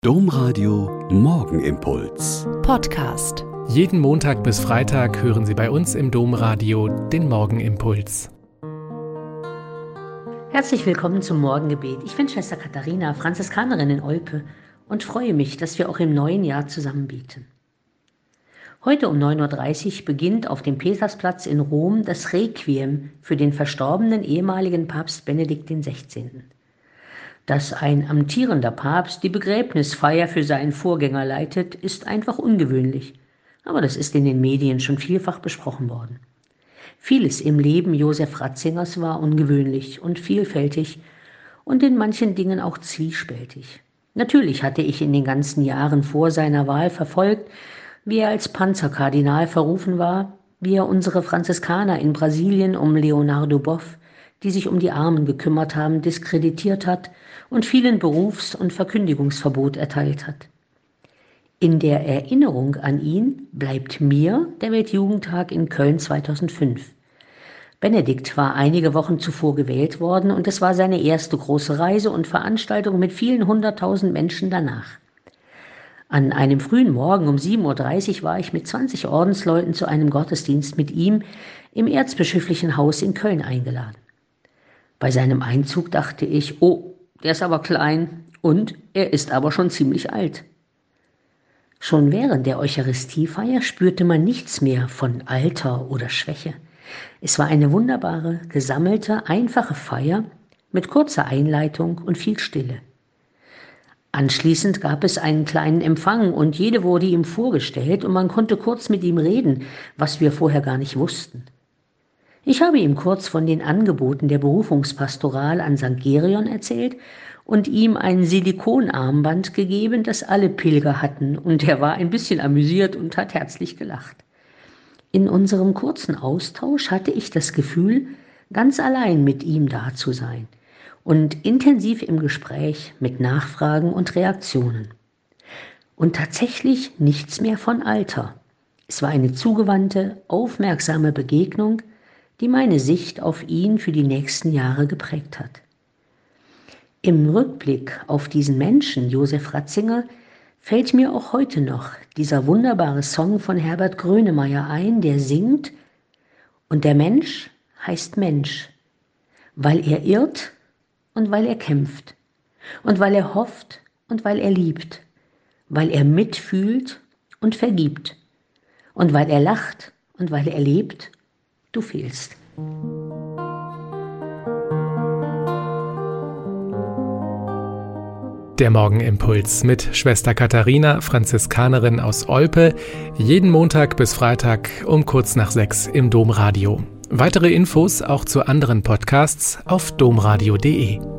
Domradio Morgenimpuls Podcast. Jeden Montag bis Freitag hören Sie bei uns im Domradio den Morgenimpuls. Herzlich willkommen zum Morgengebet. Ich bin Schwester Katharina, Franziskanerin in Olpe und freue mich, dass wir auch im neuen Jahr zusammen beten. Heute um 9.30 Uhr beginnt auf dem Petersplatz in Rom das Requiem für den verstorbenen ehemaligen Papst Benedikt XVI. Dass ein amtierender Papst die Begräbnisfeier für seinen Vorgänger leitet, ist einfach ungewöhnlich. Aber das ist in den Medien schon vielfach besprochen worden. Vieles im Leben Josef Ratzingers war ungewöhnlich und vielfältig und in manchen Dingen auch zwiespältig. Natürlich hatte ich in den ganzen Jahren vor seiner Wahl verfolgt, wie er als Panzerkardinal verrufen war, wie er unsere Franziskaner in Brasilien um Leonardo Boff, die sich um die Armen gekümmert haben, diskreditiert hat und vielen Berufs- und Verkündigungsverbot erteilt hat. In der Erinnerung an ihn bleibt mir der Weltjugendtag in Köln 2005. Benedikt war einige Wochen zuvor gewählt worden und es war seine erste große Reise und Veranstaltung mit vielen 100.000 Menschen danach. An einem frühen Morgen um 7.30 Uhr war ich mit 20 Ordensleuten zu einem Gottesdienst mit ihm im erzbischöflichen Haus in Köln eingeladen. Bei seinem Einzug dachte ich, oh, der ist aber klein und er ist aber schon ziemlich alt. Schon während der Eucharistiefeier spürte man nichts mehr von Alter oder Schwäche. Es war eine wunderbare, gesammelte, einfache Feier mit kurzer Einleitung und viel Stille. Anschließend gab es einen kleinen Empfang und jede wurde ihm vorgestellt und man konnte kurz mit ihm reden, was wir vorher gar nicht wussten. Ich habe ihm kurz von den Angeboten der Berufungspastoral an St. Gerion erzählt und ihm ein Silikonarmband gegeben, das alle Pilger hatten, und er war ein bisschen amüsiert und hat herzlich gelacht. In unserem kurzen Austausch hatte ich das Gefühl, ganz allein mit ihm da zu sein und intensiv im Gespräch mit Nachfragen und Reaktionen. Und tatsächlich nichts mehr von Alter. Es war eine zugewandte, aufmerksame Begegnung, die meine Sicht auf ihn für die nächsten Jahre geprägt hat. Im Rückblick auf diesen Menschen, Josef Ratzinger, fällt mir auch heute noch dieser wunderbare Song von Herbert Grönemeyer ein, der singt: Und der Mensch heißt Mensch, weil er irrt und weil er kämpft und weil er hofft und weil er liebt, weil er mitfühlt und vergibt und weil er lacht und weil er lebt. Du fehlst. Der Morgenimpuls mit Schwester Katharina, Franziskanerin aus Olpe, jeden Montag bis Freitag um kurz nach 6 im Domradio. Weitere Infos auch zu anderen Podcasts auf domradio.de.